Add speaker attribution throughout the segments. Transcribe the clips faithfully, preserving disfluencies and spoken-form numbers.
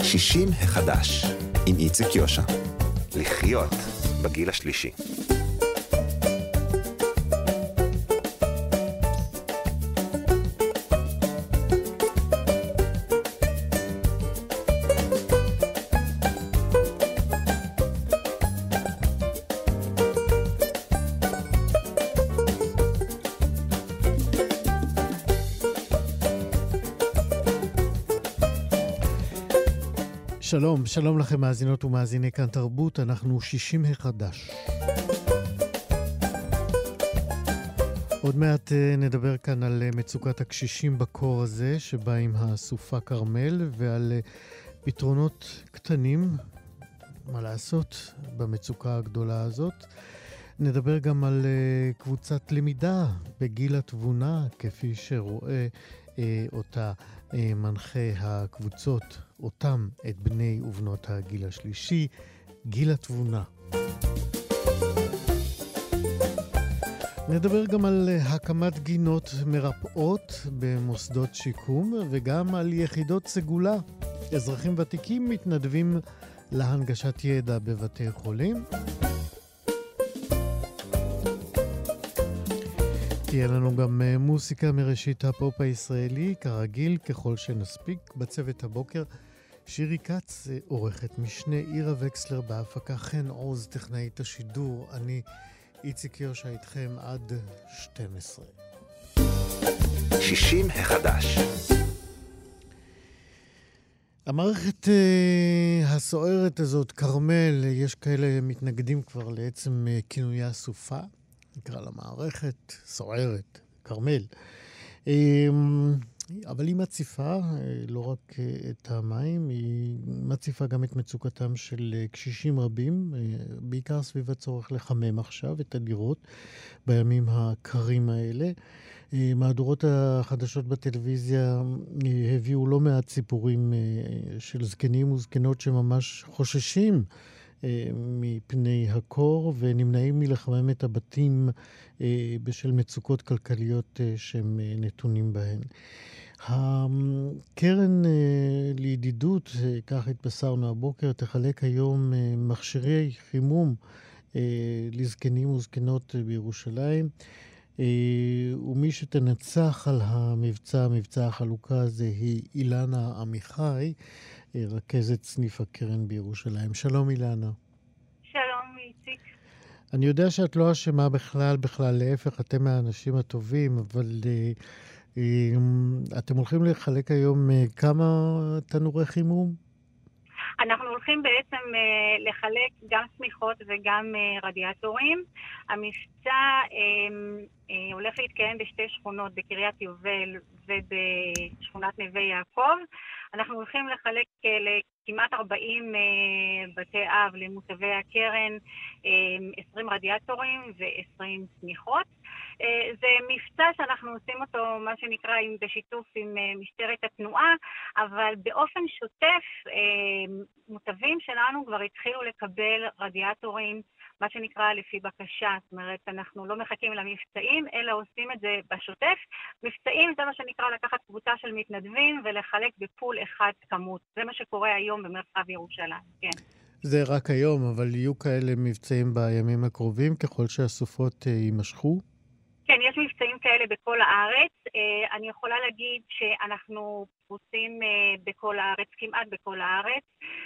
Speaker 1: שישים החדש, עם איציק יושע. לחיות בגיל השלישי.
Speaker 2: שלום, שלום לכם מאזינות ומאזיני כאן תרבות, אנחנו שישים החדש. עוד מעט נדבר כאן על מצוקת הקשישים בקור הזה, שבא עם הסופה קרמל, ועל פתרונות קטנים, מה לעשות במצוקה הגדולה הזאת. נדבר גם על קבוצת למידה בגיל התבונה, כפי שרואה אותה מנחה הקבוצות, אותם את בני ובנות הגיל השלישי, גיל התבונה. נדבר גם על הקמת גינות מרפאות במוסדות שיקום, וגם על יחידות סגולה. אזרחים ותיקים מתנדבים להנגשת ידע בבתי חולים. תהיה לנו גם מוסיקה מראשית הפופ הישראלי, כרגיל, ככל שנספיק. בצוות הבוקר, שירי קץ, עורכת משנה, עירה וקסלר בהפקה, חן עוז, טכנאית השידור. אני איציק יושע איתכם עד שתים עשרה.
Speaker 1: שישים החדש.
Speaker 2: המערכת uh, הסוערת הזאת, קרמל, יש כאלה מתנגדים כבר לעצם uh, כינויה סופה. נקרא לה מערכת סוערת, קרמל. אבל היא מציפה לא רק את המים, היא מציפה גם את מצוקתם של קשישים רבים, בעיקר סביב הצורך לחמם עכשיו את הדירות בימים הקרים האלה. מהדורות החדשות בטלוויזיה הביאו לא מעט סיפורים של זקנים וזקנות שממש חוששים מפני הקור ונמנעים מלחמם את הבתים בשל מצוקות כלכליות שהם נתונים בהן. הקרן לידידות, כך התבשרנו הבוקר, תחלק היום מכשירי חימום לזקנים וזקנות בירושלים, ומי שתנצח על המבצע, מבצע החלוקה הזה, היא אילנה עמיחי, רכזת סניף הקרן בירושלים. שלום אילנה.
Speaker 3: שלום איציק.
Speaker 2: אני יודע שאת לא אשמה בכלל, בכלל להפך, אתם מהאנשים הטובים, אבל uh, uh, אתם הולכים לחלק היום uh, כמה תנורי חימום?
Speaker 3: אנחנו הולכים בעצם uh, לחלק גם סמיכות וגם uh, רדיאטורים. המבצע uh, uh, הולך להתקיים בשתי שכונות, בקריית יובל ובשכונת נווה יעקב. אנחנו הולכים לחלק uh, לכמעט ארבעים uh, בתי אב למוטבי הקרן, uh, עשרים רדיאטורים ו-עשרים סמיכות. Uh, זה מבצע שאנחנו עושים אותו, מה שנקרא, עם, בשיתוף עם uh, משטרת התנועה, אבל באופן שוטף, uh, מוטבים שלנו כבר התחילו לקבל רדיאטורים, מה שנקרא לפי בקשה. זאת אומרת, אנחנו לא מחכים למבצעים, אלא עושים את זה בשוטף. מבצעים זה מה שנקרא לקחת קבוצה של מתנדבים ולחלק בפול אחד כמות. זה מה שקורה היום במרחב ירושלים, כן.
Speaker 2: זה רק היום, אבל יהיו כאלה מבצעים בימים הקרובים, ככל שהסופות uh, יימשכו?
Speaker 3: כן, יש מבצעים כאלה בכל הארץ. Uh, אני יכולה להגיד שאנחנו פרוסים uh, בכל הארץ, כמעט בכל הארץ.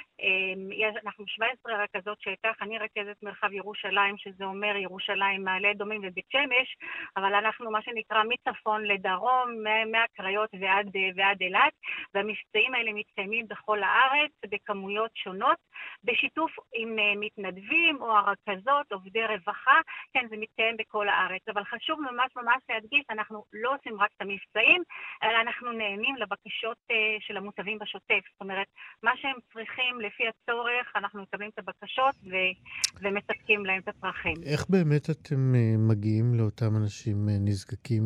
Speaker 3: Uh, אנחנו שבע עשרה רכזות שטח, אני רכזת מרחב ירושלים, שזה אומר ירושלים, מעלה אדומים ובית שמש, אבל אנחנו מה שנקרא מצפון לדרום, מהקריות ועד, ועד אילת, והמבצעים האלה מתקיימים בכל הארץ, בכמויות שונות, בשיתוף עם uh, מתנדבים או הרכזות, עובדי רווחה. כן, זה מתקיים בכל הארץ, אבל חשוב ממש ממש להדגיש, אנחנו לא עושים רק את המבצעים, אלא אנחנו נהנים לבקשות uh, של המוטבים בשוטף. זאת אומרת, מה שהם צריכים לפי הצורך, אנחנו מקבלים את הבקשות ו- ומספקים להם את הצרכים.
Speaker 2: איך באמת אתם uh, מגיעים לאותם אנשים uh, נזקקים?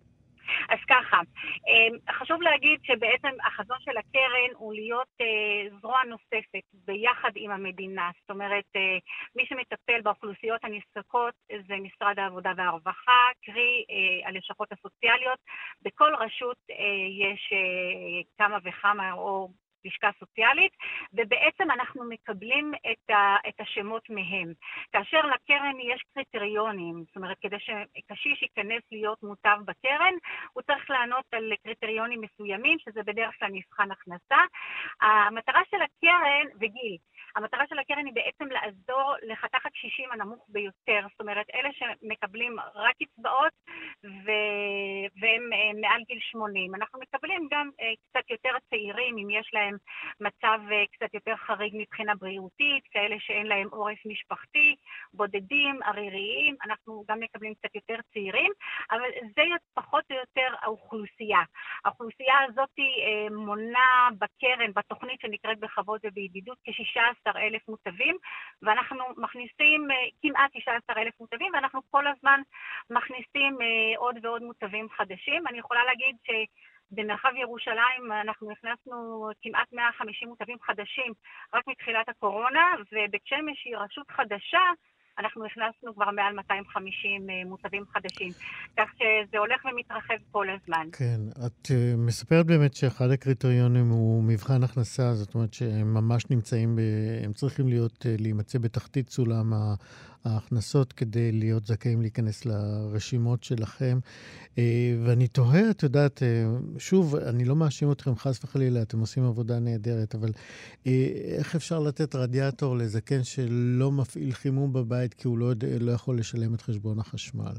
Speaker 3: אז ככה, חשוב להגיד שבעצם החזון של הקרן הוא להיות זרוע נוספת ביחד עם המדינה. זאת אומרת, מי שמטפל באוכלוסיות הנזקקות זה משרד העבודה והרווחה, קרי הלשכות הסוציאליות. בכל רשות יש כמה וכמה או לשכה סוציאלית, ובעצם אנחנו מקבלים את, ה, את השמות מהם. כאשר לקרן יש קריטריונים, זאת אומרת, כדי שקשיש ייכנס להיות מוטב בקרן, הוא צריך לענות על קריטריונים מסוימים, שזה בדרך כלל מבחן הכנסה. המטרה של הקרן, וגיל, המטרה של הקרן היא בעצם לעזור לחתך הקשישים הנמוך ביותר, זאת אומרת, אלה שמקבלים רק קצבאות ו... והם מעל גיל שמונים. אנחנו מקבלים גם קצת יותר צעירים, אם יש להם מצב קצת יותר חריג מבחינה בריאותית, כאלה שאין להם עורף משפחתי, בודדים, עריריים, אנחנו גם מקבלים קצת יותר צעירים, אבל זה פחות או יותר האוכלוסייה. האוכלוסייה הזאת מונה בקרן, בתוכנית שנקראת בכבוד ובידידות, כ-שישה עשר אלף מוטבים, ואנחנו מכניסים כמעט שישה עשר אלף מוטבים, ואנחנו כל הזמן מכניסים עוד ועוד מוטבים חדשים. אני יכולה להגיד שבמרחב ירושלים אנחנו הכנסנו כמעט מאה וחמישים מוטבים חדשים רק מתחילת הקורונה, ובית שמש היא רשות חדשה, אנחנו הכנסנו כבר מעל מאתיים וחמישים מוטבים חדשים, כך שזה הולך ומתרחב כל הזמן.
Speaker 2: כן, את uh, מספרת באמת שאחד הקריטריונים הוא מבחן הכנסה, זאת אומרת שהם ממש נמצאים, ב, הם צריכים להיות, uh, להימצא בתחתית סולם ההכנסות כדי להיות זכאים להיכנס לרשימות שלכם. Uh, ואני תוהה, את יודעת, uh, שוב, אני לא מאשים אתכם חס וחלילה, אתם עושים עבודה נהדרת, אבל uh, איך אפשר לתת רדיאטור לזקן שלא מפעיל חימום בבית, כי הוא לא, לא יכול לשלם את חשבון החשמל?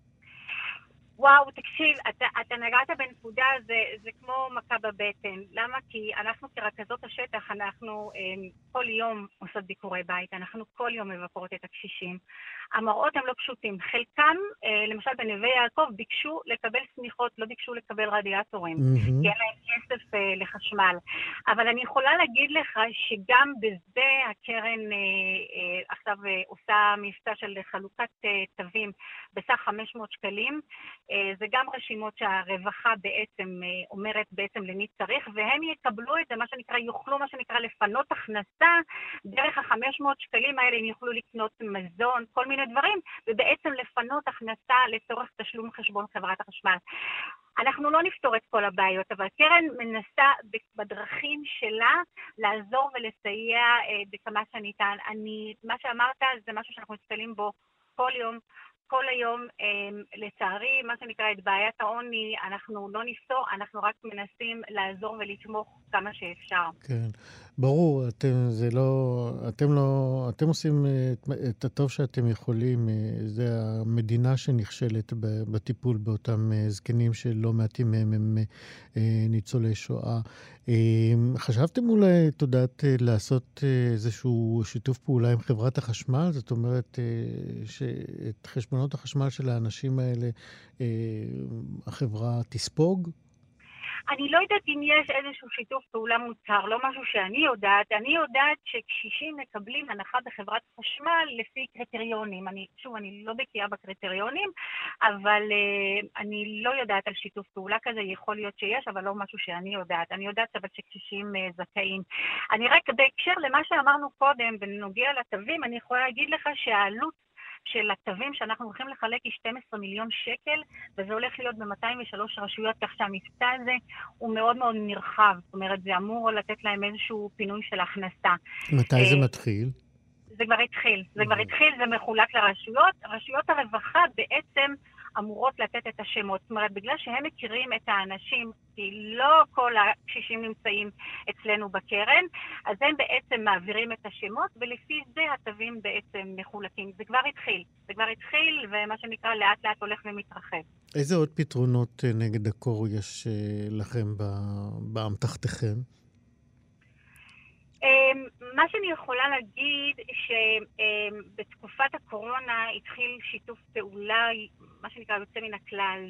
Speaker 3: וואו, תקשיב, אתה, אתה נגעת בנקודה, זה, זה כמו מכה בבטן. למה? כי אנחנו כרכזות השטח, אנחנו הם, כל יום עושות ביקורי בית, אנחנו כל יום מבקרות את הקשישים. המראות הם לא פשוטים. חלקם, למשל בנווה יעקב, ביקשו לקבל סמיכות, לא ביקשו לקבל רדיאטורים, mm-hmm. כי אין להם כסף לחשמל. אבל אני יכולה להגיד לך שגם בזה הקרן עכשיו עושה מבצע של חלוקת תווים בסך חמש מאות שקלים. זה גם רשימות שהרווחה בעצם אומרת בעצם למי צריך, והם יקבלו את זה, מה שנקרא, יוכלו מה שנקרא לפנות הכנסה, דרך ה-חמש מאות שקלים האלה הם יוכלו לקנות מזון, כל מיני דברים, ובעצם לפנות הכנסה לצורך תשלום חשבון חברת החשמל. אנחנו לא נפתור את כל הבעיות, אבל קרן מנסה בדרכים שלה לעזור ולסייע בכמה שניתן. אני, מה שאמרת זה משהו שאנחנו נתקלים בו כל יום, כל היום, לצערי, מה שנקרא את בעיית העוני, אנחנו לא נפתור, אנחנו רק מנסים לעזור ולתמוך כמה שאפשר.
Speaker 2: כן, ברור, אתם, זה לא, אתם לא, אתם עושים את, את הטוב שאתם יכולים, זה המדינה שנכשלת בטיפול באותם זקנים שלא מעטים מהם הם ניצולי שואה. חשבתם אולי, תודעת, לעשות איזשהו שיתוף פעולה עם חברת החשמל? זאת אומרת, שאת חשבונות החשמל של האנשים האלה החברה תספוג?
Speaker 3: אני לא יודעת אם יש איזשהו שיתוף פעולה מוצהר, לא משהו שאני יודעת. אני יודעת שקשישים מקבלים הנחה בחברת חשמל לפי קריטריונים. אני, שוב, אני לא בקיאה בקריטריונים, אבל uh, אני לא יודעת על שיתוף פעולה כזה, יכול להיות שיש, אבל לא משהו שאני יודעת. אני יודעת אבל שקשישים uh, זכאים. אני רק בהקשר למה שאמרנו קודם, ונוגע לתווים, אני יכולה להגיד לך שהעלות של התווים שאנחנו הולכים לחלק היא שנים עשר מיליון שקל, וזה הולך להיות ב-מאתיים ושלוש רשויות, כך שהמבצע הזה הוא מאוד מאוד נרחב. זאת אומרת, זה אמור לתת להם איזשהו פינוי של הכנסה.
Speaker 2: מתי זה מתחיל?
Speaker 3: זה כבר התחיל. זה כבר התחיל, זה מחולק לרשויות. רשויות הרווחה בעצם אמורות לתת את השמות. זאת אומרת, בגלל שהם מכירים את האנשים, כי לא כל הקשישים נמצאים אצלנו בקרן, אז הם בעצם מעבירים את השמות, ולפי זה התווים בעצם מחולקים. זה כבר התחיל. זה כבר התחיל, ומה שנקרא לאט לאט הולך ומתרחב.
Speaker 2: איזה עוד פתרונות נגד הקור יש לכם באמתחתכם?
Speaker 3: מה שאני יכולה להגיד שבתקופת הקורונה התחיל שיתוף פעולה, מה שנקרא יוצא מן הכלל,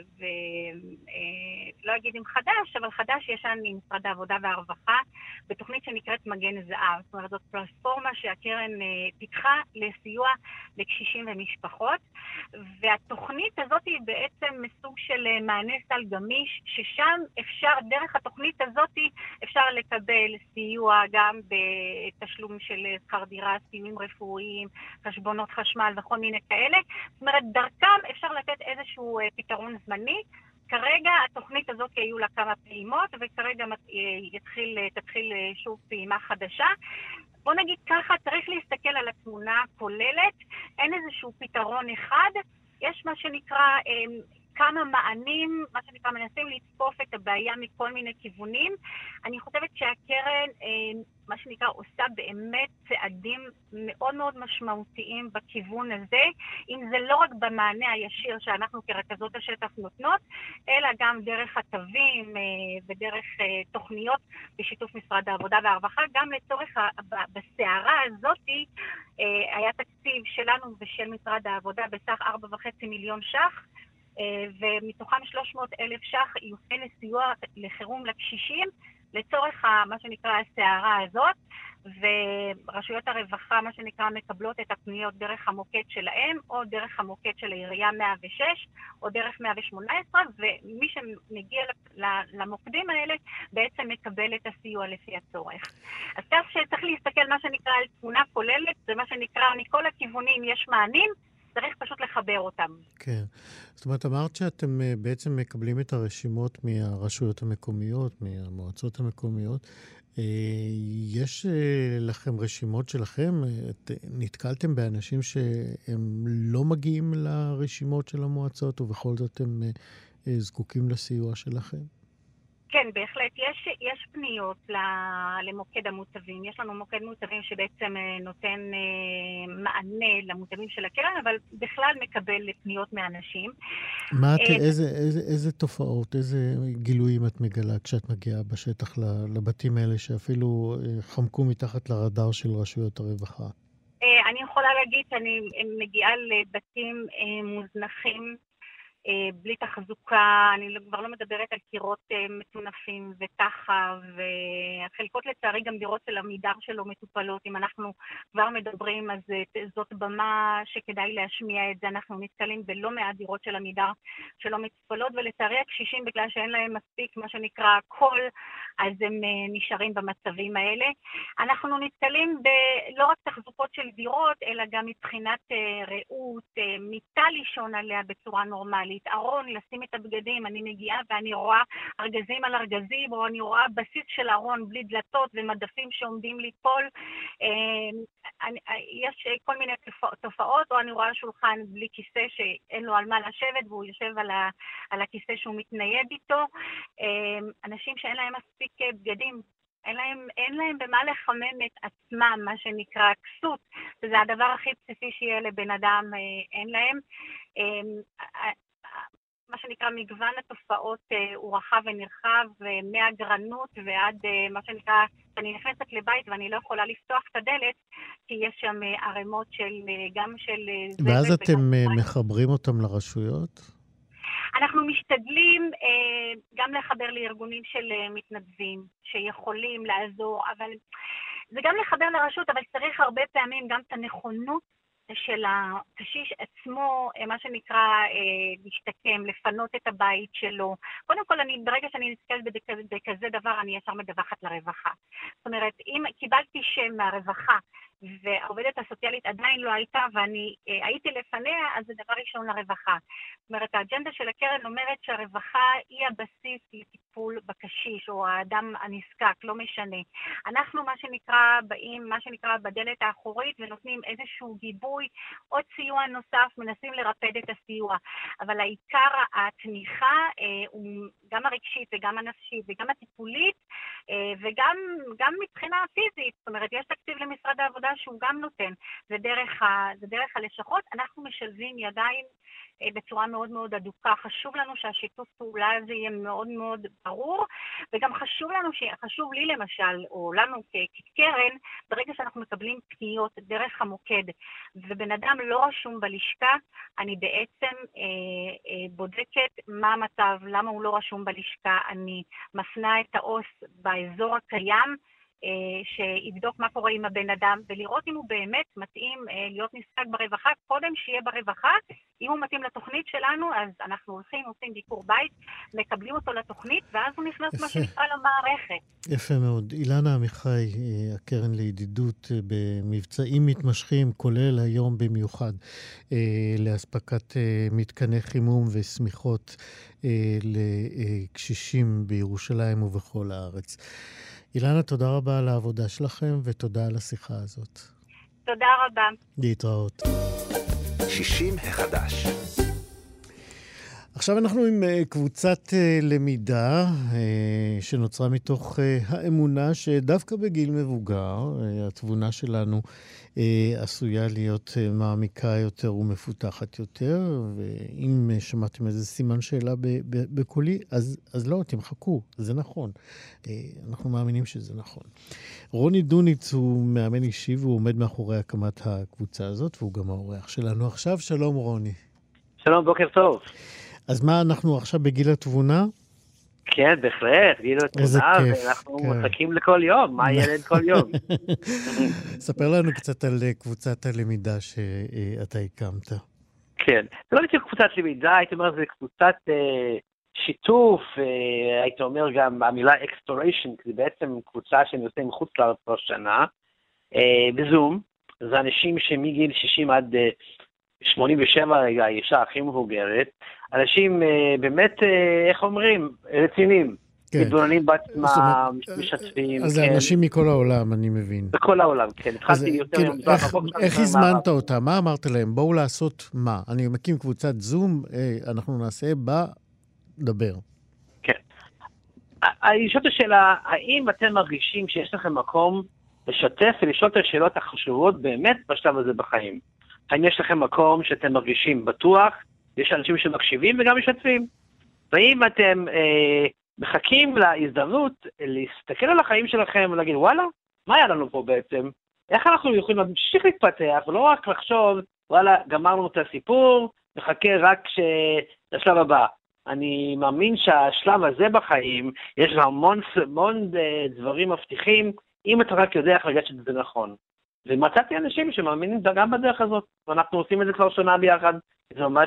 Speaker 3: ולא אגיד עם חדש, אבל חדש ישן עם משרד העבודה והרווחה, בתוכנית שנקראת מגן זהב. זאת אומרת, זאת פלטפורמה שהקרן פיתחה לסיוע לקשישים ומשפחות, והתוכנית הזאת היא בעצם מסוג של מענה סל גמיש, ששם אפשר, דרך התוכנית הזאת אפשר לקבל סיוע גם בתשלום של שכר דירה, סיועים רפואיים, חשבונות חשמל וכל מיני כאלה. זאת אומרת, דרכם אפשר לתת איזשהו פתרון זמני. כרגע התוכנית הזאת היו לה כמה פעימות, וכרגע יתחיל, תתחיל שוב פעימה חדשה. בוא נגיד ככה, צריך להסתכל על התמונה הכוללת, אין איזשהו פתרון אחד, יש מה שנקרא כמה מענים, מה שנקרא מנסים לצפוף את הבעיה מכל מיני כיוונים. אני חושבת שהקרן, מה שנקרא, עושה באמת צעדים מאוד מאוד משמעותיים בכיוון הזה, אם זה לא רק במענה הישיר שאנחנו כרכזות השטח נותנות, אלא גם דרך התווים ודרך תוכניות בשיתוף משרד העבודה והרווחה, גם לצורך בסערה הזאת היה תקציב שלנו ושל משרד העבודה בסך ארבע וחצי מיליון ש"ח, ומתוכם שלוש מאות אלף ש"ח יופנה לסיוע לחירום לקשישים, לצורך מה שנקרא הסערה הזאת, ורשויות הרווחה, מה שנקרא, מקבלות את הפניות דרך המוקד שלהם, או דרך המוקד של העירייה מאה ושש, או דרך מאה ושמונה עשרה, ומי שמגיע למוקדים האלה בעצם מקבל את הסיוע לפי הצורך. אז כך שצריך להסתכל מה שנקרא על תמונה כוללת, זה מה שנקרא, מכל הכיוונים יש מענים, צריך פשוט לחבר אותם.
Speaker 2: כן. זאת אומרת, אמרת שאתם בעצם מקבלים את הרשימות מהרשויות המקומיות, מהמועצות המקומיות. יש לכם רשימות שלכם? נתקלתם באנשים שהם לא מגיעים לרשימות של המועצות, ובכל זאת הם זקוקים לסיוע שלכם?
Speaker 3: כן, בהחלט. יש, יש פניות למוקד המוטבים. יש לנו מוקד מוטבים שבעצם נותן מענה למוטבים של הקרן, אבל בכלל מקבל פניות מאנשים.
Speaker 2: מה את, איזה, איזה, איזה תופעות, איזה גילויים את מגלה כשאת מגיעה בשטח לבתים האלה שאפילו חמקו מתחת לרדאר של רשויות הרווחה?
Speaker 3: אני יכולה להגיד שאני מגיעה לבתים מוזנחים, בלי תחזוקה, אני כבר לא מדברת על קירות מטונפים ותחה, וחלקות לצערי גם דירות של עמידר שלא מטופלות. אם אנחנו כבר מדברים, אז זאת במה שכדאי להשמיע את זה. אנחנו נתקלים בלא מעט דירות של עמידר שלא מטופלות, ולצערי הקשישים, בגלל שאין להם מספיק מה שנקרא קול, אז הם נשארים במצבים האלה. אנחנו נתקלים בלא רק תחזוקות של דירות, אלא גם מבחינת ראות, מיטה לישון עליה בצורה נורמלית, ארון, לשים את הבגדים. אני מגיעה ואני רואה ארגזים על ארגזים, או אני רואה בסיס של ארון בלי דלתות ומדפים שעומדים ליפול. יש כל מיני תופעות, או אני רואה שולחן בלי כיסא שאין לו על מה לשבת, והוא יושב על, ה, על הכיסא שהוא מתנייד איתו. אנשים שאין להם מספיק בגדים, אין להם, אין להם במה לחמם את עצמם, מה שנקרא כסות, וזה הדבר הכי בסיסי שיהיה לבן אדם, אין להם. מה שנקרא מגוון התופעות הוא רחב ונרחב, מהגרנות ועד מה שנקרא, אני נכנסת לבית ואני לא יכולה לפתוח את הדלת, כי יש שם ערימות של, גם של...
Speaker 2: ואז אתם מחברים אותם לרשויות?
Speaker 3: אנחנו משתדלים אה, גם לחבר לארגונים של אה, מתנדבים שיכולים לעזור, אבל זה גם לחבר לרשות, אבל צריך הרבה פעמים גם את הנכונות של הקשיש עצמו, מה שנקרא, להשתקם, לפנות את הבית שלו. קודם כל, אני, ברגע שאני נתקלת בכזה, בכזה דבר, אני ישר מדווחת לרווחה. זאת אומרת, אם קיבלתי שם מהרווחה, והעובדת הסוציאלית עדיין לא הייתה, ואני אה, הייתי לפניה, אז זה דבר ראשון לרווחה. זאת אומרת, האג'נדה של הקרן אומרת שהרווחה היא הבסיס לטיפול בקשיש, או האדם הנזקק, לא משנה. אנחנו, מה שנקרא, באים, מה שנקרא, בדלת האחורית, ונותנים איזשהו גיבוי, עוד סיוע נוסף, מנסים לרפד את הסיוע. אבל העיקר, התמיכה, אה, הוא גם הרגשית, וגם הנפשית, וגם הטיפולית, אה, וגם גם מבחינה פיזית. זאת אומרת, יש תקציב למשרד העבודה, שהוא גם נותן, זה דרך, ה, זה דרך הלשכות. אנחנו משלבים ידיים אה, בצורה מאוד מאוד אדוקה. חשוב לנו שהשיתוף פעולה הזה יהיה מאוד מאוד ברור, וגם חשוב לנו, חשוב לי למשל, או לנו כקרן, ברגע שאנחנו מקבלים פניות דרך המוקד, ובן אדם לא רשום בלשכה, אני בעצם אה, אה, בודקת מה המצב, למה הוא לא רשום בלשכה, אני מפנה את העו"ס באזור הקיים, שיבדוק מה קורה עם הבן אדם, ולראות אם הוא באמת מתאים להיות נזקק ברווחה, קודם שיהיה ברווחה. אם הוא מתאים לתוכנית שלנו, אז אנחנו הולכים, עושים ביקור בית, מקבלים אותו לתוכנית, ואז הוא נכנס מה שנקרא למערכת.
Speaker 2: יפה מאוד. אילנה עמיחי, הקרן לידידות, במבצעים מתמשכים, כולל היום במיוחד, להספקת מתקני חימום וסמיכות לקשישים בירושלים ובכל הארץ. אילנה, תודה רבה על העבודה שלכם, ותודה על השיחה הזאת.
Speaker 3: תודה רבה.
Speaker 2: להתראות.
Speaker 1: שישים החדש.
Speaker 2: עכשיו אנחנו עם קבוצת למידה שנוצרה מתוך האמונה שדווקא בגיל מבוגר, התבונה שלנו עשויה להיות מעמיקה יותר ומפותחת יותר, ואם שמעתם איזה סימן שאלה בקולי, אז, אז לא, תמחקו, זה נכון. אנחנו מאמינים שזה נכון. רוני דוניץ הוא מאמן אישי והוא עומד מאחורי הקמת הקבוצה הזאת, והוא גם האורח שלנו עכשיו. שלום רוני.
Speaker 4: שלום, בוקר טוב.
Speaker 2: אז מה, אנחנו עכשיו בגיל התבונה?
Speaker 4: כן, בהחלט, גיל התבונה, ואנחנו כן. מחכים לכל יום, מה ילד כל יום?
Speaker 2: ספר לנו קצת על קבוצת הלמידה שאתה הקמת.
Speaker 4: כן, זה לא בדיוק קבוצת למידה, הייתי אומר, זה קבוצת אה, שיתוף, אה, הייתי אומר גם המילה exploration, זה בעצם קבוצה שאני עושה מחוץ לארץ כבר שנה, אה, בזום, זה אנשים שמגיל שישים עד אה, שמונים ושבע, האישה הכי מבוגרת, אנשים אה, באמת, אה, איך אומרים, רציניים, כן. מתבוננים בעצמם, משתפים.
Speaker 2: אז זה כן. אנשים מכל העולם, אני מבין.
Speaker 4: בכל העולם, כן. התחלתי יותר
Speaker 2: כאילו,
Speaker 4: יום
Speaker 2: איך, איך הזמנת אותה? מה אמרת להם? בואו לעשות מה? אני מקים קבוצת זום, אה, אנחנו נעשה בה דבר.
Speaker 4: כן. אני שואלת השאלה, האם אתם מרגישים שיש לכם מקום לשתף ולשאול את השאלות החשובות באמת בשלב הזה בחיים? האם יש לכם מקום שאתם מרגישים בטוח, יש אנשים שמקשיבים וגם משתפים? והאם אתם אה, מחכים להזדמנות להסתכל על החיים שלכם ולהגיד, וואלה, מה היה לנו פה בעצם? איך אנחנו יכולים להמשיך להתפתח ולא רק לחשוב, וואלה, גמרנו את הסיפור, נחכה רק לשלב הבא. אני מאמין שהשלב הזה בחיים, יש לה המון, המון דברים מבטיחים, אם אתה רק יודע איך לגשת שזה נכון. ומצאתי אנשים שמאמינים גם בדרך הזאת, ואנחנו עושים את זה כבר שנה ביחד, זה ממש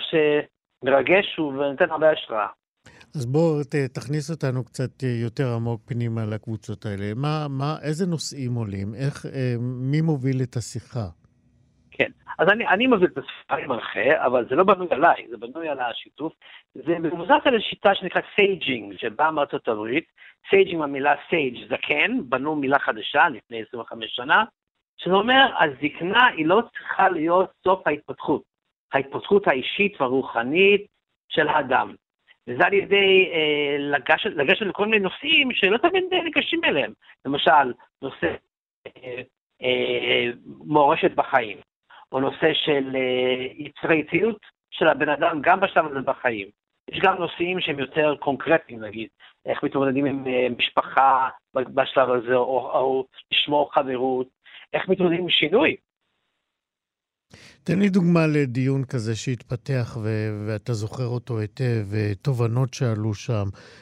Speaker 4: מרגש ונותן הרבה השראה.
Speaker 2: אז בוא תכניס אותנו קצת יותר עמוק פנימה לקבוצות האלה. מה, מה, איזה נושאים עולים? איך, מי מוביל את השיחה?
Speaker 4: כן, אז אני, אני מוביל את השיחה, אני מנחה, אבל זה לא בנוי עליי, זה בנוי על השיתוף. זה מבוסס על שיטה שנקראת סייג'ינג, שבאה מארצות הברית. סייג'ינג, המילה סייג' זקן, בנו מילה חדשה לפני עשרים וחמש שנה, שזה אומר, הזקנה היא לא צריכה להיות סוף ההתפתחות, ההתפתחות האישית והרוחנית של האדם. וזה על ידי אה, לגשת, לגשת לכל מיני נושאים שלא תמיד ניגשים אליהם. למשל, נושא אה, אה, מורשת בחיים, או נושא של אה, יצירתיות של הבן אדם גם בשלב הזה בחיים. יש גם נושאים שהם יותר קונקרטיים, נגיד, איך מתמודדים עם אה, משפחה בשלב הזה, או, או לשמור חברות, איך מתמודדים עם שינוי.
Speaker 2: תן לי דוגמה לדיון כזה שהתפתח ו- ואתה זוכר אותו היטב, תובנות שעלו שם,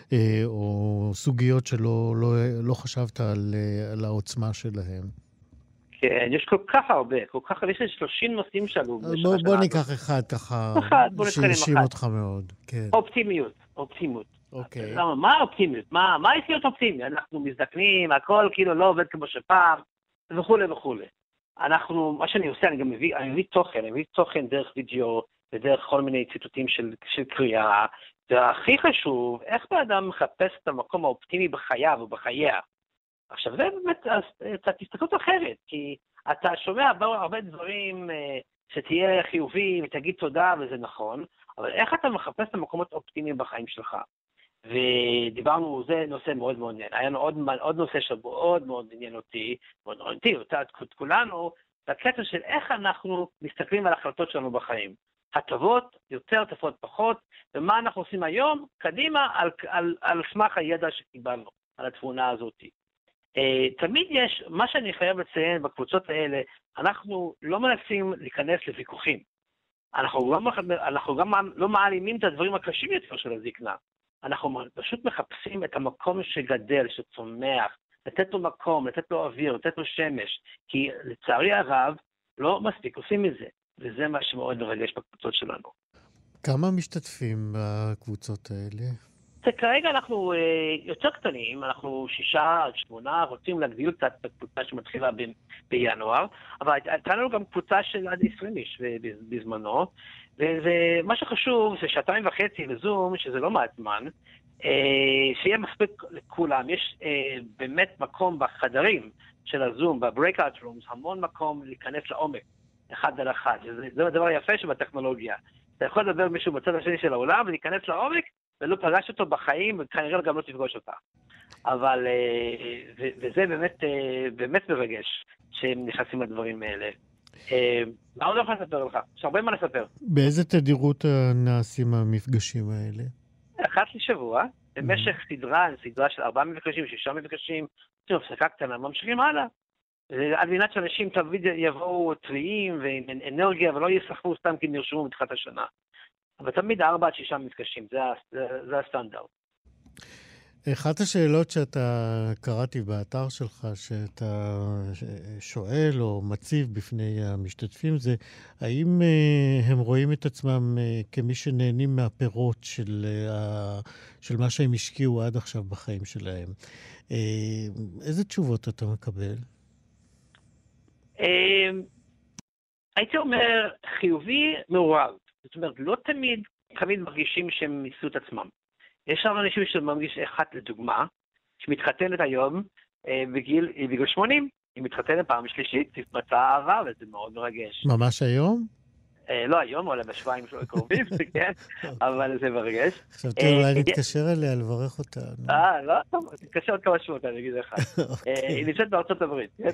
Speaker 2: או סוגיות שלא לא, לא חשבת על, על העוצמה שלהם.
Speaker 4: כן, יש כל כך הרבה, כל כך הרבה, יש שלושים נושאים שעלו.
Speaker 2: בוא, בוא ניקח אחד ככה, שהרשים אותך מאוד. כן.
Speaker 4: אופטימיות, אופטימיות.
Speaker 2: אוקיי.
Speaker 4: למה, מה האופטימיות? מה, מה יש להיות אופטימי? אנחנו מזדקנים, הכל כאילו לא עובד כמו שפעם, וכו' וכו'. אנחנו, מה שאני עושה, אני גם מביא, אני מביא תוכן, אני מביא תוכן דרך וידאו, ודרך כל מיני ציטוטים של, של קריאה, והכי חשוב, איך באדם מחפש את המקום האופטימי בחייו ובחייה. עכשיו, זה באמת, קצת הסתכלות אחרת, כי אתה שומע הרבה דברים שתהיה חיובי ותגיד תודה, וזה נכון, אבל איך אתה מחפש את המקומות האופטימיים בחיים שלך? ודיברנו, זה נושא מאוד מאוד עניין. היה לנו עוד, עוד נושא שמאוד מאוד עניין אותי, מאוד עניין אותי, אותה את כולנו, בקטע של איך אנחנו מסתכלים על החלטות שלנו בחיים. הטובות, יותר טובות פחות, ומה אנחנו עושים היום, קדימה, על, על, על סמך הידע שקיבלנו, על התבונה הזאת. תמיד יש, מה שאני חייב לציין בקבוצות האלה, אנחנו לא מנסים להיכנס לוויכוחים. אנחנו גם, אנחנו גם לא מעלימים את הדברים הקשים יותר של הזקנה. אנחנו פשוט מחפשים את המקום שגדל, שצומח, לתת לו מקום, לתת לו אוויר, לתת לו שמש, כי לצערי הרב לא מספיק עושים את זה, וזה מה שמאוד מרגש בקבוצות שלנו.
Speaker 2: כמה משתתפים בקבוצות האלה?
Speaker 4: כרגע אנחנו uh, יותר קטנים, אנחנו שישה עד שמונה, רוצים להגדיל קצת את הקבוצה שמתחילה ב- בינואר, אבל הייתה לנו גם קבוצה של עד עשרים איש בזמנו, ומה שחשוב זה שעתיים וחצי לזום, שזה לא מעט זמן, uh, שיהיה מספיק לכולם. יש uh, באמת מקום בחדרים של הזום, ב-breakout rooms, המון מקום להיכנס לעומק, אחד על אחד. זה, זה דבר יפה שבטכנולוגיה. אתה יכול לדבר מישהו בצד השני של העולם ולהיכנס לעומק, ולא פגש אותו בחיים, וכנראה גם לא תפגוש אותה. אבל, ו- וזה באמת, באמת מרגש, שהם נכנסים לדברים האלה. מה עוד לא יכול לספר לך? יש הרבה מה לספר.
Speaker 2: באיזה תדירות נעשים המפגשים האלה?
Speaker 4: אחת לשבוע, במשך סדרה, סדרה של ארבעה מפגשים, שישה מפגשים, יש הפסקה קטנה, ממשיכים הלאה. על מנת שאנשים תמיד יבואו טריים ועם אנרגיה, ולא יסחפו סתם כי נרשמו בתחילת השנה. אבל תמיד ארבע עד שישה מפגשים, זה, זה, זה הסטנדרט.
Speaker 2: אחת השאלות שאתה קראתי באתר שלך, שאתה שואל או מציב בפני המשתתפים, זה האם הם רואים את עצמם כמי שנהנים מהפירות של, של מה שהם השקיעו עד עכשיו בחיים שלהם. איזה תשובות אתה מקבל?
Speaker 4: הייתי אומר חיובי מעורב. זאת אומרת, לא תמיד, תמיד מרגישים שהם ניסו את עצמם. יש לנו אנשים שמרגיש אחת לדוגמה, שמתחתנת היום אה, בגיל, בגיל שמונים, היא מתחתנת פעם שלישית, מצאה אהבה, וזה מאוד מרגש.
Speaker 2: ממש היום?
Speaker 4: אה, לא היום, אבל בשבועיים שלו קרובים, כן, אבל זה מרגש.
Speaker 2: חשבתי אולי להתקשר אליה, לברך אותה.
Speaker 4: אה, לא, טוב, תתקשר עוד כמה שבועות, אני אגיד לך. היא נמצאת בארצות הברית, כן?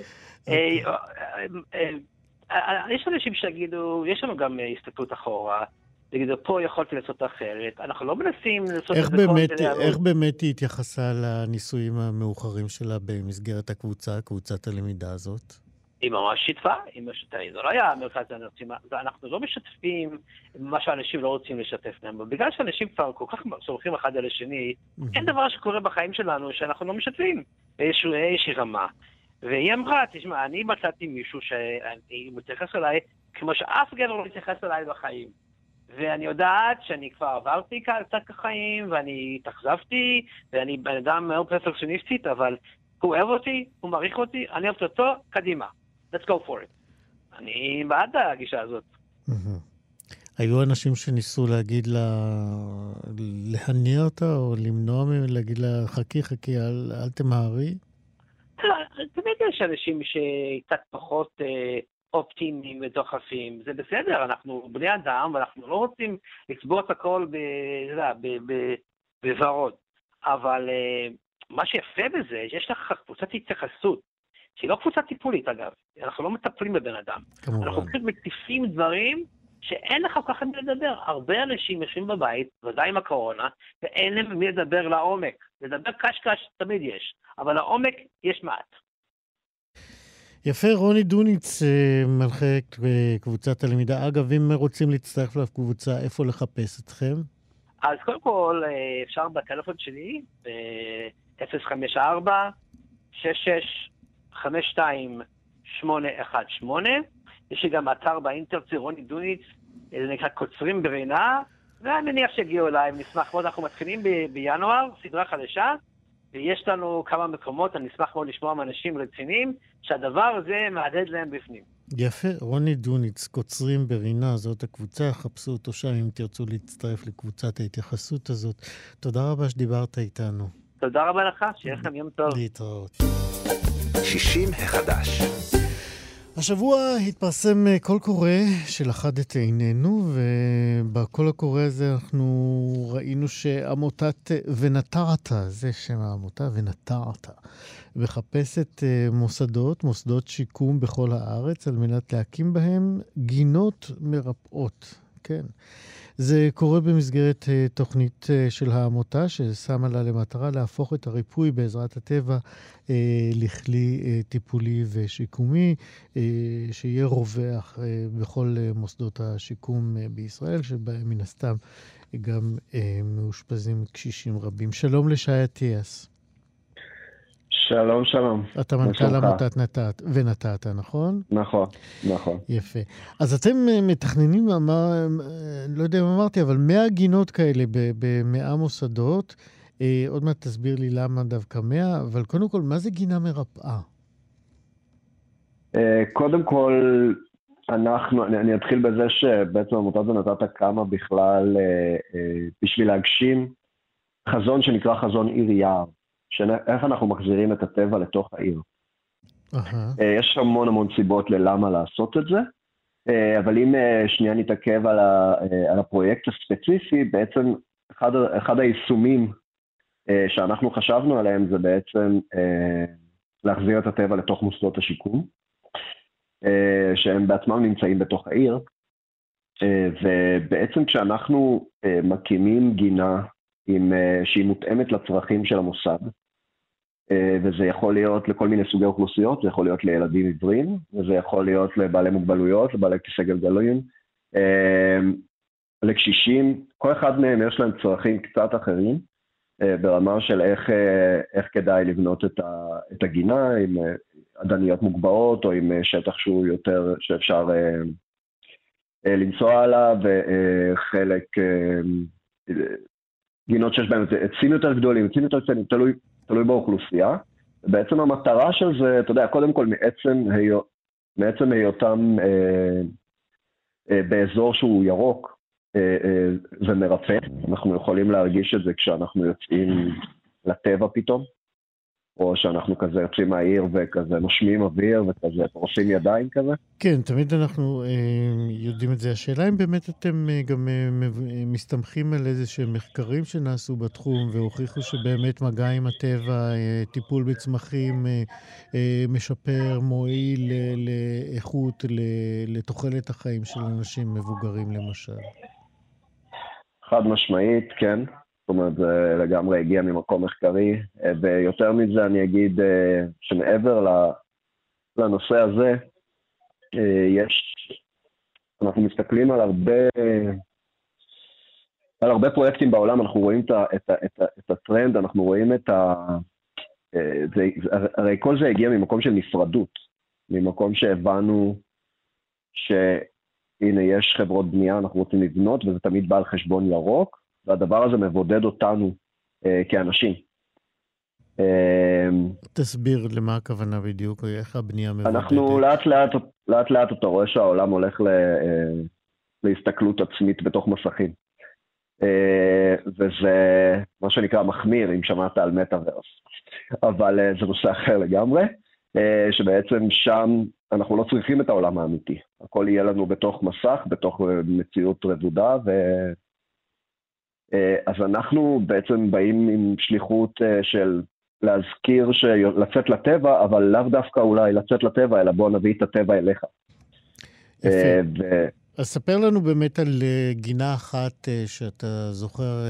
Speaker 4: יש אנשים שיגידו, יש לנו גם הסתכלות אחורה, תגידו, פה יכולתי לעשות אחרת, אנחנו לא מנסים לעשות את זה כל זה.
Speaker 2: איך באמת היא התייחסה לניסויים המאוחרים שלה במסגרת הקבוצה, קבוצת הלמידה הזאת?
Speaker 4: היא ממש שיתפה, היא משתפה, זה לא היה מרכז האנרצים, אנחנו לא משתפים מה שאנשים לא רוצים לשתף להם, בגלל שאנשים כבר כל כך סורכים אחד על השני, אין דבר שקורה בחיים שלנו שאנחנו לא משתפים, באיזושהי רמה. והיא אמרה, תשמע, אני מצאתי מישהו שהיא מתייחס אליי כמו שאף גבר לא מתייחס אליי בחיים. ואני יודעת שאני כבר עברתי קצת כחיים, ואני התאכזבתי, ואני בן אדם מאוד פרפקציוניסטית, אבל הוא אוהב אותי, הוא מעריך אותי, אני אוהב אותו, קדימה. Let's go for it. אני בעד הגישה הזאת.
Speaker 2: היו אנשים שניסו להגיד לה, להניע אותה, או למנוע ממנו, להגיד לה, חכי, חכי, אל, אל תמהרי?
Speaker 4: תמיד יש אנשים שקצת פחות אופטימיים ודוחפים, זה בסדר, אנחנו בני אדם ואנחנו לא רוצים לצבור את הכל בוורוד, אבל מה שיפה בזה, יש לך קבוצת התייחסות, שהיא לא קבוצה טיפולית אגב, אנחנו לא מטפלים בבן אדם, כמובן. אנחנו פשוט מטיפים דברים שאין לך כל כך מי לדבר. הרבה אנשים יושבים בבית, ודאי עם הקורונה, ואין להם מי לדבר לעומק. לדבר קש-קש תמיד יש, אבל לעומק יש מעט.
Speaker 2: יפה, רוני דוניץ, מנחה קבוצת הלמידה. אגב, אם רוצים להצטרף לקבוצה, איפה לחפש אתכם?
Speaker 4: אז קודם כל, אפשר בטלפון שלי, ב-אפס חמש ארבע שש שש חמש שתיים שמונה אחת שמונה. יש לי גם אתר באינטרנט, רוני דוניץ, זה נקרא קוצרים ברינה, ואני מניח שיגיעו אליי, נשמח מאוד, אנחנו מתחילים ב- בינואר, סדרה חדשה, ויש לנו כמה מקומות, אני אשמח מאוד לשמוע מאנשים רציניים, שהדבר הזה מעדד להם בפנים.
Speaker 2: יפה, רוני דוניץ, קוצרים ברינה, זאת הקבוצה, חפשו אותו שם אם תרצו להצטרף לקבוצת ההתייחסות הזאת. תודה רבה שדיברת איתנו.
Speaker 4: תודה רבה לך, שיהיה לכם יום טוב.
Speaker 2: להתראות.
Speaker 1: שישים החדש.
Speaker 2: השבוע התפרסם קול קורא של אחד את עינינו, ובקול הקורא הזה אנחנו ראינו שעמותת ונטרת, זה שם העמותה, ונטרת, מחפשת מוסדות, מוסדות שיקום בכל הארץ, על מנת להקים בהם גינות מרפאות. כן. זה קורה במסגרת תוכנית של העמותה, ששמה לה למטרה להפוך את הריפוי בעזרת הטבע לכלי טיפולי ושיקומי, שיהיה רווח בכל מוסדות השיקום בישראל, שבהם מן הסתם גם מאושפזים קשישים רבים. שלום לשי עטיאס.
Speaker 5: שלום, שלום.
Speaker 2: אתה מנכ"ל עמותת נתת ונתת, נכון?
Speaker 5: נכון, נכון.
Speaker 2: יפה. אז אתם מתכננים, אמר, לא יודע אם אמרתי, אבל מאה גינות כאלה במאה מוסדות. אה, עוד מעט תסביר לי למה דווקא מאה, אבל קודם כל, מה זה גינה מרפאה?
Speaker 5: אה, קודם כל, אנחנו, אני, אני אתחיל בזה שבעצם עמותת ונתת קמה בכלל אה, אה, בשביל להגשים חזון שנקרא חזון עיר יער. איך אנחנו מחזירים את הטבע לתוך העיר. Uh-huh. יש המון המון סיבות ללמה לעשות את זה, אבל אם שנייה נתעכב על, ה, על הפרויקט הספציפי, בעצם אחד, אחד היישומים שאנחנו חשבנו עליהם זה בעצם להחזיר את הטבע לתוך מוסדות השיקום, שהם בעצמם נמצאים בתוך העיר, ובעצם כשאנחנו מקימים גינה עם, שהיא מותאמת לצרכים של המוסד, וזה יכול להיות לכל מיני סוגי אוכלוסיות, זה יכול להיות לילדים עיוורים, וזה יכול להיות לבעלי מוגבלויות, לבעלי כיסא גלגלים, לקשישים, כל אחד מהם יש להם צרכים קצת אחרים, ברמה של איך, איך כדאי לבנות את, ה, את הגינה, עם עדניות מוגבעות, או עם שטח שהוא יותר, שאפשר לנסוע עליו, וחלק, גינות שיש בהם עצים יותר גדולים, עצים יותר קטנים, תלוי, תלוי באוכלוסייה. בעצם המטרה של זה, אתה יודע, קודם כל מעצם, היות, מעצם היותם אה, אה, באזור שהוא ירוק אה, אה, ומרפא, אנחנו יכולים להרגיש את זה כשאנחנו יוצאים לטבע פתאום, או שאנחנו כזה יוצאים מהעיר וכזה נושמים אוויר וכזה פורסים ידיים כזה.
Speaker 2: כן, תמיד אנחנו אה, יודעים את זה. השאלה אם באמת אתם אה, גם אה, מסתמכים על איזה שהם מחקרים שנעשו בתחום והוכיחו שבאמת מגע עם הטבע, אה, טיפול בצמחים, אה, אה, משפר, מועיל אה, לאיכות, לתוחלת החיים של אנשים מבוגרים למשל.
Speaker 5: חד משמעית, כן. זאת אומרת, זה לגמרי הגיע ממקום מחקרי, ויותר מזה אני אגיד שמעבר לנושא הזה, יש, אנחנו מסתכלים על הרבה, על הרבה פרויקטים בעולם, אנחנו רואים את, את, את, את הטרנד, אנחנו רואים את ה... זה, הרי כל זה הגיע ממקום של נפרדות, ממקום שהבנו שהנה יש חברות בנייה, אנחנו רוצים לבנות, וזה תמיד בא על חשבון ירוק, והדבר הזה מבודד אותנו אה, כאנשים. אה,
Speaker 2: תסביר למה הכוונה בדיוק, איך הבנייה מבודדת.
Speaker 5: אנחנו לאט לאט, לאט לאט אתה רואה שהעולם הולך ל, אה, להסתכלות עצמית בתוך מסכים. אה, וזה מה שנקרא מחמיר, אם שמעת על מטאברס. אבל אה, זה נושא אחר לגמרי, אה, שבעצם שם אנחנו לא צריכים את העולם האמיתי. הכל יהיה לנו בתוך מסך, בתוך מציאות רבודה, ו... אז אנחנו בעצם באים עם שליחות של להזכיר לצאת לטבע, אבל לאו דווקא אולי לצאת לטבע, אלא בוא נביא את הטבע אליך.
Speaker 2: יפה. ו... אז ספר לנו באמת על גינה אחת שאתה זוכר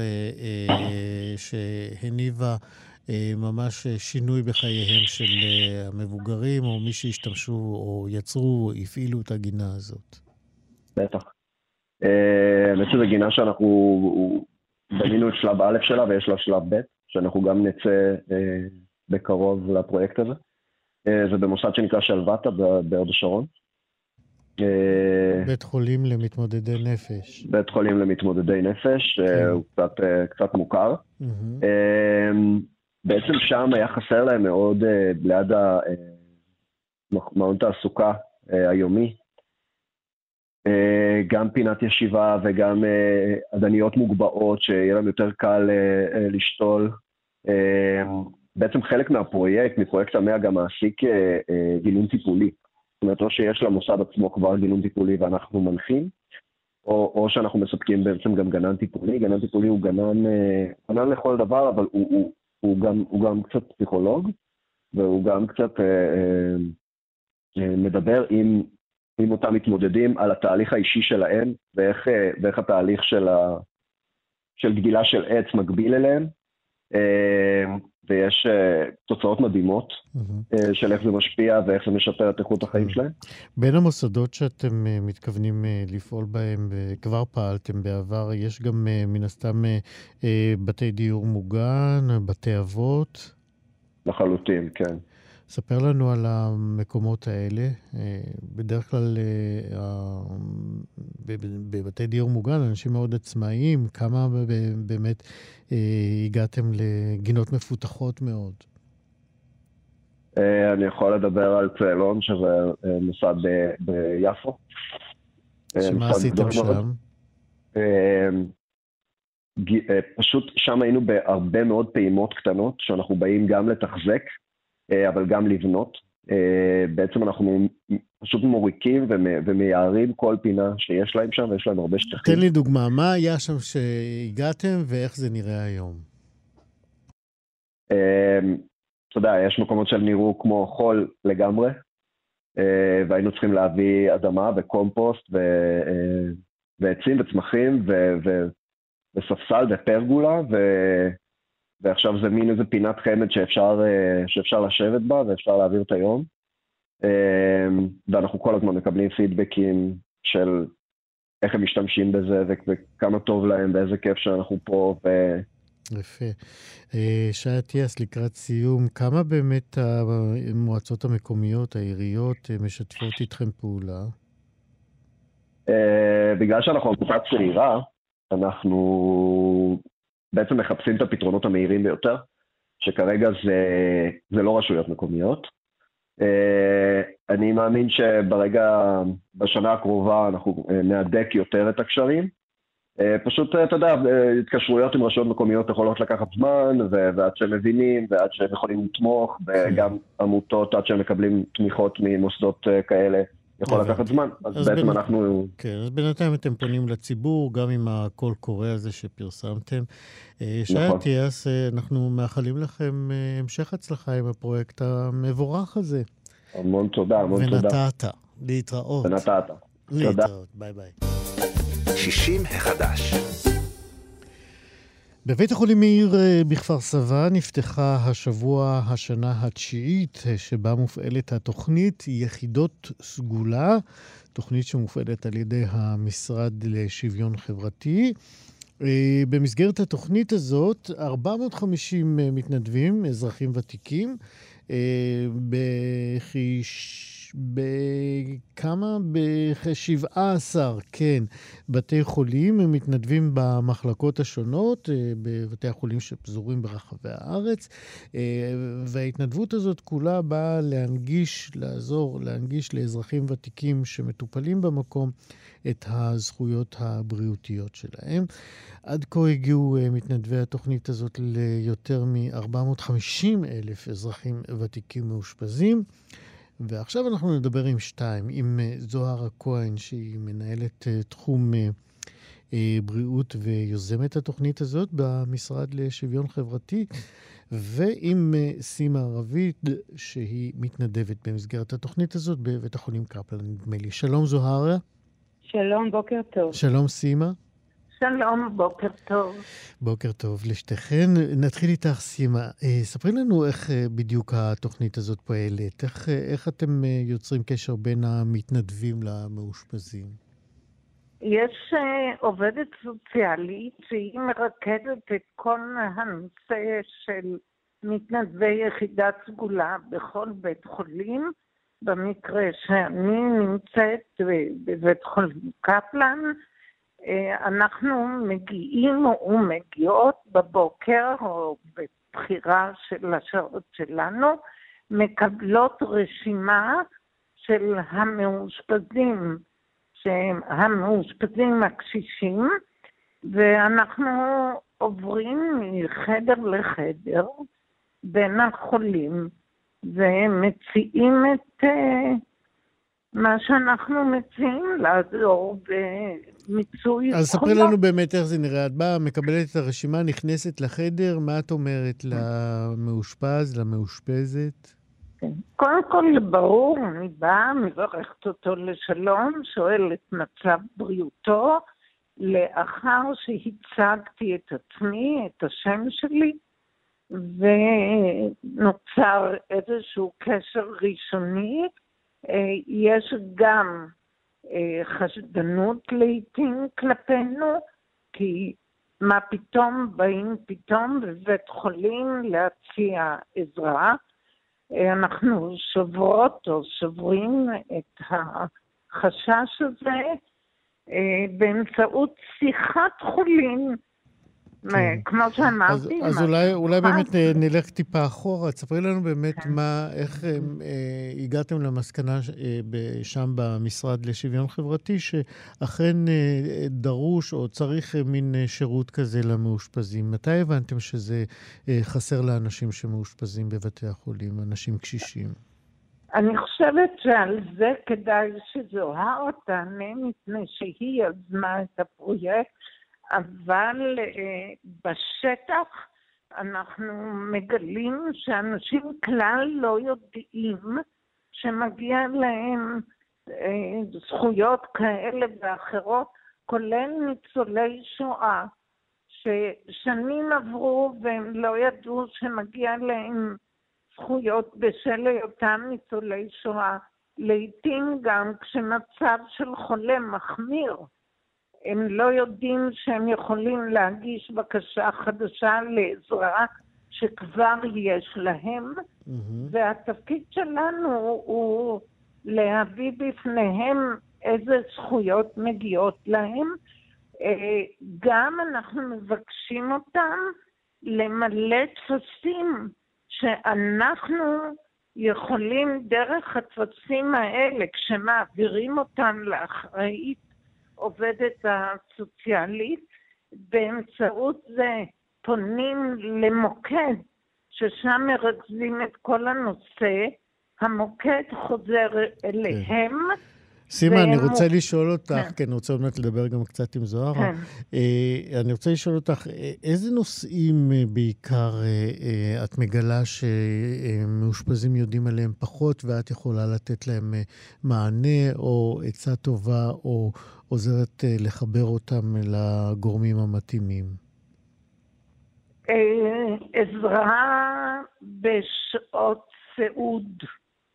Speaker 2: שהניבה ממש שינוי בחייהם של המבוגרים, או מי שהשתמשו או יצרו, הפעילו את הגינה הזאת.
Speaker 5: בטח. בעצם זו גינה שאנחנו... בנינו את שלב א' שלה ויש לה שלב ב', שאנחנו גם נצא אה, בקרוב לפרויקט הזה. אה, זה במוסד שנקרא שלוותה בהוד השרון.
Speaker 2: אה, בית חולים למתמודדי נפש.
Speaker 5: בית חולים למתמודדי נפש, כן. אה, הוא קצת, אה, קצת מוכר. Mm-hmm. אה, בעצם שם היה חסר להם מאוד אה, ליד המעון תעסוקה אה, היומי, גם פינת ישיבה וגם עדניות מוגבעות שיהיה להם יותר קל לשתול. בעצם חלק מהפרויקט, מפרויקט המאה גם מעסיק גינון טיפולי. זאת אומרת, או שיש למוסד עצמו כבר גינון טיפולי ואנחנו מנחים, או, או שאנחנו מספקים בעצם גם גנן טיפולי. גנן טיפולי הוא גנן, גנן לכל דבר, אבל הוא, הוא, הוא, גם, הוא גם קצת פסיכולוג, והוא גם קצת אה, אה, מדבר עם... עם אותם מתמודדים על התהליך האישי שלהם, ואיך, ואיך התהליך של, ה, של גדילה של עץ מקביל אליהם, ויש תוצאות מדהימות mm-hmm. של איך זה משפיע ואיך זה משפר את איכות החיים mm-hmm. שלהם.
Speaker 2: בין המוסדות שאתם מתכוונים לפעול בהם, וכבר פעלתם בעבר, יש גם מן הסתם בתי דיור מוגן, בתי אבות?
Speaker 5: לחלוטין, כן.
Speaker 2: ספר לנו על המקומות האלה. בדרך כלל בבתי דיור מוגן, אנשים מאוד עצמאיים, כמה באמת הגעתם לגינות מפותחות מאוד?
Speaker 5: אני יכול לדבר על צאלון, שזה מוסד ביפו.
Speaker 2: שמה עשיתם שם?
Speaker 5: פשוט שם היינו בהרבה מאוד פעימות קטנות, שאנחנו באים גם לתחזק, אבל גם לבנות. בעצם אנחנו פשוט מוריקים ומייערים כל פינה שיש להם שם, ויש להם הרבה שטחים.
Speaker 2: תן לי דוגמה, מה היה שם שהגעתם ואיך זה נראה היום?
Speaker 5: אתה יודע, יש מקומות של נראו כמו חול לגמרי, והיינו צריכים להביא אדמה וקומפוסט ועצים וצמחים וספסל ופרגולה, ועכשיו זה מין איזה פינת חמד שאפשר, שאפשר לשבת בה ואפשר להעביר את היום. ואנחנו כל הזמן מקבלים פידבקים של איך הם משתמשים בזה וכמה טוב להם ואיזה כיף שאנחנו פה. ו...
Speaker 2: יפה. שי אטיאס, לקראת סיום, כמה באמת המועצות המקומיות, העיריות, משתפות איתכם פעולה?
Speaker 5: בגלל שאנחנו עמותה צעירה, אנחנו בעצם מחפשים את הפתרונות המהירים ביותר, שכרגע זה, זה לא רשויות מקומיות. אני מאמין שברגע, בשנה הקרובה, אנחנו נהדק יותר את הקשרים. פשוט, אתה יודע, התקשרויות עם רשויות מקומיות יכולות לקחת זמן, ועד שהם מבינים, ועד שהם יכולים לתמוך, וגם עמותות, עד שהם מקבלים תמיכות ממוסדות כאלה, יכול לקחת זמן. אז בעצם אנחנו...
Speaker 2: כן, אז בינתיים אתם פונים לציבור, גם עם הקול קורא הזה שפרסמתם. שי אטיאס, אנחנו מאחלים לכם המשך הצלחה עם הפרויקט המבורך הזה.
Speaker 5: המון תודה, המון תודה.
Speaker 2: ונתת, להתראות.
Speaker 5: ונתת. תודה.
Speaker 2: להתראות, ביי ביי.
Speaker 1: שישים החדש.
Speaker 2: בבית החולים מאיר בכפר סבא נפתחה השבוע השנה התשיעית שבה מופעלת התוכנית יחידות סגולה, תוכנית שמופעלת על ידי המשרד לשוויון חברתי. במסגרת התוכנית הזאת ארבע מאות וחמישים מתנדבים, אזרחים ותיקים, בחיש... בכמה? בכ-שבעה עשר, כן, בתי חולים, הם מתנדבים במחלקות השונות, בבתי החולים שפזורים ברחבי הארץ, וההתנדבות הזאת כולה באה להנגיש, לעזור, להנגיש לאזרחים ותיקים שמטופלים במקום את הזכויות הבריאותיות שלהם. עד כה הגיעו מתנדבי התוכנית הזאת ליותר מ-ארבע מאות וחמישים אלף אזרחים ותיקים מאושפזים. ועכשיו אנחנו נדבר עם שתיים, עם זוהרה כהן, שהיא מנהלת תחום בריאות ויוזמת התוכנית הזאת במשרד לשוויון חברתי, ועם סימה רביד, שהיא מתנדבת במסגרת התוכנית הזאת בבית החולים קפלן, נדמה לי. שלום זוהרה.
Speaker 6: שלום, בוקר טוב.
Speaker 2: שלום סימה.
Speaker 6: שלום, בוקר טוב.
Speaker 2: בוקר טוב לשתיכן. נתחיל איתך, סימה. ספרי לנו איך בדיוק התוכנית הזאת פועלת. איך, איך אתם יוצרים קשר בין המתנדבים למאושפזים?
Speaker 6: יש עובדת סוציאלית שהיא מרכזת את כל הנושא של מתנדבי יחידת סגולה בכל בית חולים. במקרה שאני נמצאת בבית חולים קפלן, אנחנו מגיעים ומגיעות בבוקר או בבחירה של השעות שלנו, מקבלות רשימה של המאושפזים, המאושפזים הקשישים, ואנחנו עוברים מחדר לחדר בין החולים, ומציעים את מה שאנחנו מציעים לעזור במיצוי.
Speaker 2: אז ספרי לנו באמת איך זה נראה. את באה, מקבלת את הרשימה, נכנסת לחדר, מה את אומרת למאושפז, למאושפזת?
Speaker 6: כן. קודם כל, ברור, אני באה, מברכת אותו לשלום, שואלת מצב בריאותו, לאחר שהצגתי את עצמי, את השם שלי, ונוצר איזשהו קשר ראשוני. יש גם חשדנות לעתים כלפינו, כי מה פתאום באים פתאום בבית חולים להציע עזרה. אנחנו שוברות או שוברים את החשש הזה באמצעות שיחת חולים. כמו שאמרתי.
Speaker 2: אז, אז אולי, אולי באמת נלך טיפה אחורה. תספרי לנו באמת מה, איך אה, הגעתם למסקנה אה, שם במשרד לשוויון חברתי, שאכן אה, דרוש או צריך אה, מין אה, שירות כזה למאושפזים. מתי הבנתם שזה אה, חסר לאנשים שמאושפזים בבתי החולים, אנשים קשישים?
Speaker 6: אני חושבת שעל זה כדאי שזוהר תענה, מפני שהיא יזמה את הפרויקט, אבל uh, בשטח אנחנו מגלים שאנשים כלל לא יודעים שמגיע להם uh, זכויות כאלה ואחרות, כולל ניצולי שואה, ששנים עברו והם לא ידעו שמגיע להם זכויות בשל היותם ניצולי שואה. לעתים גם כשמצב של חולה מחמיר, הם לא יודעים שהם יכולים להגיש בקשה חדשה לעזרה שכבר יש להם, mm-hmm. והתפקיד שלנו הוא להביא בפניהם איזה זכויות מגיעות להם. גם אנחנו מבקשים אותם למלא טפסים שאנחנו יכולים דרך הטפסים האלה, כשמעבירים אותם לאחראית עובדת הסוציאלית, באמצעות זה פונים למוקד, ששם מרכזים את כל הנושא, המוקד חוזר אליהם.
Speaker 2: סימה, אני רוצה לשאול אותך, כי אני רוצה באמת לדבר גם קצת עם זוהר. אני רוצה לשאול אותך, איזה נושאים בעיקר את מגלה שמאושפזים יודעים עליהם פחות, ואת יכולה לתת להם מענה או עצה טובה, או עוזרת לחבר אותם לגורמים המתאימים?
Speaker 6: עזרה בשעות סיעוד,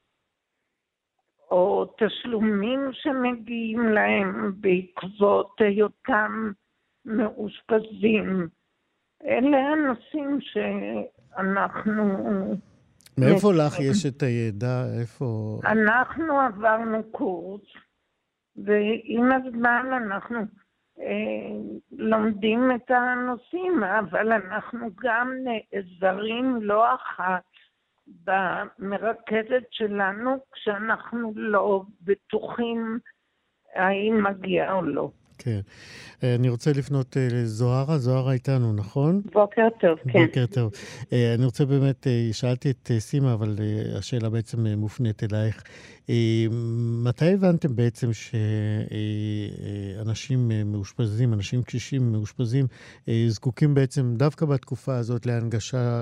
Speaker 6: או תשלומים שמגיעים להם בעקבות היותם מאושפזים. אלה הנושאים שאנחנו...
Speaker 2: מאיפה לך יש את הידע? איפה...
Speaker 6: אנחנו עברנו קורס, ועם הזמן אנחנו אה, לומדים את הנושאים, אבל אנחנו גם נעזרים לא אחת במרכזת שלנו, כשאנחנו לא בטוחים האם מגיע או לא.
Speaker 2: כן. אני רוצה לפנות לזוהרה. זוהרה איתנו, נכון?
Speaker 7: בוקר טוב, כן.
Speaker 2: בוקר טוב. אני רוצה באמת, שאלתי את סימה, אבל השאלה בעצם מופנית אלייך. מתי הבנתם בעצם שאנשים מאושפזים, אנשים קשישים מאושפזים, זקוקים בעצם דווקא בתקופה הזאת להנגשה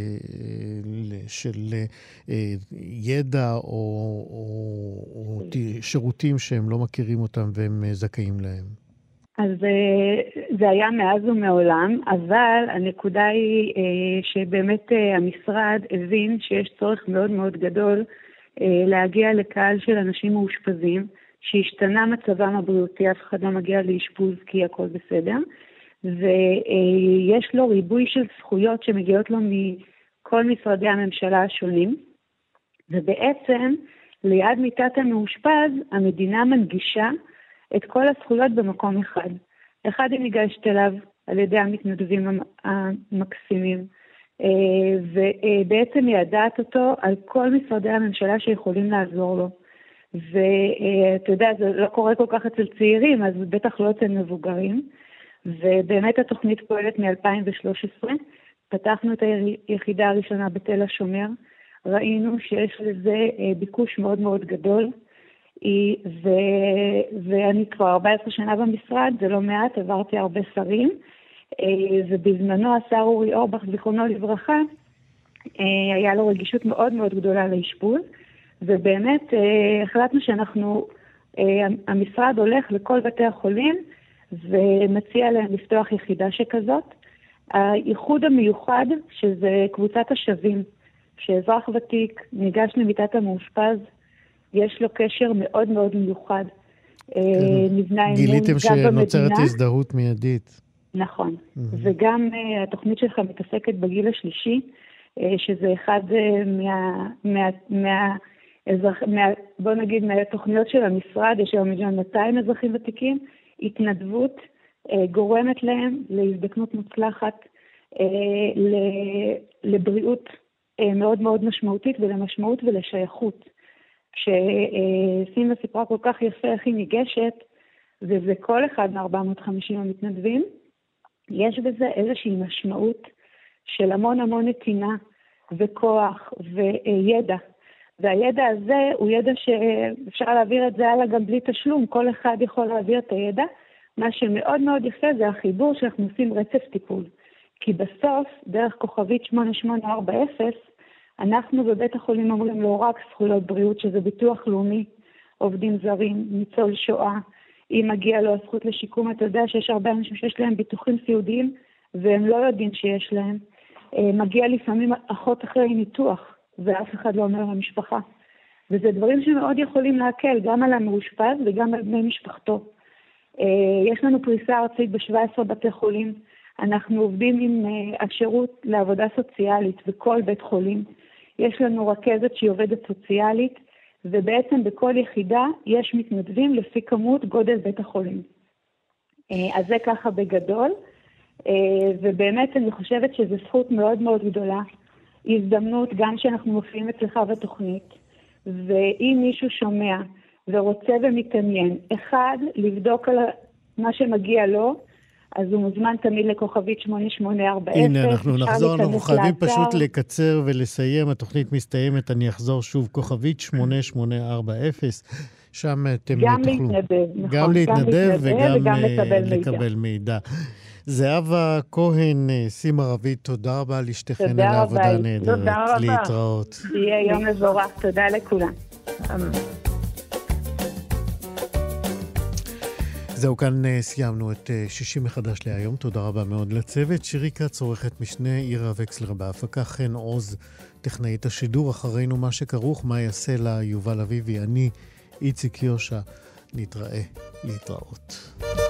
Speaker 2: של ידע או, או, או שירותים שהם לא מכירים אותם והם זכאים להם?
Speaker 7: אז זה היה מאז ומעולם, אבל הנקודה היא שבאמת המשרד הבין שיש צורך מאוד מאוד גדול להגיע לקהל של אנשים מאושפזים, שהשתנה מצבם הבריאותי, אף אחד לא מגיע לאשפוז כי הכל בסדר, ויש לו ריבוי של זכויות שמגיעות לו מכל משרדי הממשלה השונים, ובעצם ליד מיטת המאושפז המדינה מנגישה את כל הזכויות במקום אחד. אחד היא ניגשת אליו על ידי המתנדבים המקסימים, ובעצם ידעת אותו על כל משרדי הממשלה שיכולים לעזור לו. ואתה יודע, זה לא קורה כל כך אצל צעירים, אז בטח לא אצל מבוגרים. ובאמת התוכנית פועלת מ-אלפיים ושלוש עשרה. פתחנו את היחידה הראשונה בתל השומר. ראינו שיש לזה ביקוש מאוד מאוד גדול. ו... ואני כבר ארבע עשרה שנה במשרד, זה לא מעט, עברתי הרבה שרים. ובזמנו השר אורי אורבך, זיכרונו לברכה, היה לו רגישות מאוד מאוד גדולה לאשפוז, ובאמת החלטנו שאנחנו, המשרד הולך לכל בתי החולים, ומציע להם לפתוח יחידה שכזאת. הייחוד המיוחד, שזה קבוצת השווים, שאזרח ותיק ניגש למיטת המאושפז, יש לו קשר מאוד מאוד מיוחד.
Speaker 2: גיליתם שנוצרת הזדהות מיידית.
Speaker 7: נכון. Mm-hmm. וגם uh, התוכנית שלך מתעסקת בגיל השלישי, uh, שזה אחד uh, מה... מה, מה אזרח, מה, בוא נגיד, מהתוכניות של המשרד, יש היום מיליון מאתיים אזרחים ותיקים, התנדבות אה, גורמת להם להזדקנות מוצלחת, אה, לבריאות אה, מאוד מאוד משמעותית ולמשמעות ולשייכות. כשסימה סיפרה כל כך יפה איך היא ניגשת, וזה כל אחד מ-ארבע מאות וחמישים המתנדבים, יש בזה איזושהי משמעות של המון המון נתינה וכוח וידע. והידע הזה הוא ידע שאפשר להעביר את זה הלאה גם בלי תשלום, כל אחד יכול להעביר את הידע. מה שמאוד מאוד יפה זה החיבור שאנחנו עושים רצף טיפול. כי בסוף, דרך כוכבית שמונה שמונה ארבע אפס, אנחנו בבית החולים אומרים לא רק זכויות בריאות, שזה ביטוח לאומי, עובדים זרים, ניצול שואה, אם מגיע לו הזכות לשיקום, אתה יודע שיש הרבה אנשים שיש להם ביטוחים סיעודיים, והם לא יודעים שיש להם. מגיע לפעמים אחות אחרי ניתוח, ואף אחד לא אומר למשפחה. וזה דברים שמאוד יכולים להקל גם על המאושפז וגם על בני משפחתו. יש לנו פריסה ארצית ב-שבעה עשר בתי חולים. אנחנו עובדים עם השירות לעבודה סוציאלית בכל בית חולים. יש לנו רכזת שהיא עובדת סוציאלית, ובעצם בכל יחידה יש מתנדבים לפי כמות גודל בית החולים. אז זה ככה בגדול, ובאמת אני חושבת שזו זכות מאוד מאוד גדולה. הזדמנות גם שאנחנו מופיעים אצלך בתוכנית, ואם מישהו שומע ורוצה ומתעניין, אחד, לבדוק על מה שמגיע לו, אז הוא מוזמן תמיד לכוכבית שמונה שמונה ארבע אפס.
Speaker 2: הנה, אנחנו נחזור, אנחנו חייבים פשוט לקצר ולסיים. התוכנית מסתיימת, אני אחזור שוב, כוכבית שמונה שמונה ארבע אפס. שם אתם
Speaker 7: גם
Speaker 2: תוכלו.
Speaker 7: להתנדב, נכון.
Speaker 2: גם להתנדב וגם,
Speaker 7: וגם לקבל,
Speaker 2: לקבל מידע. זהבה כהן, סימה רביד, תודה רבה לשתיכן על
Speaker 7: תודה
Speaker 2: העבודה
Speaker 7: רבה.
Speaker 2: הנהדרת.
Speaker 6: תודה רבה.
Speaker 2: להתראות.
Speaker 7: יהיה יום מבורך, תודה לכולם.
Speaker 2: זהו, כאן סיימנו את שישי מחדש להיום. תודה רבה מאוד לצוות. שירי כץ, עורכת משנה, עירה וקסלר בהפקה, חן עוז, טכנאית השידור. אחרינו מה שכרוך, מה יעשה לה יובל אביבי. אני איציק יושע. נתראה, להתראות.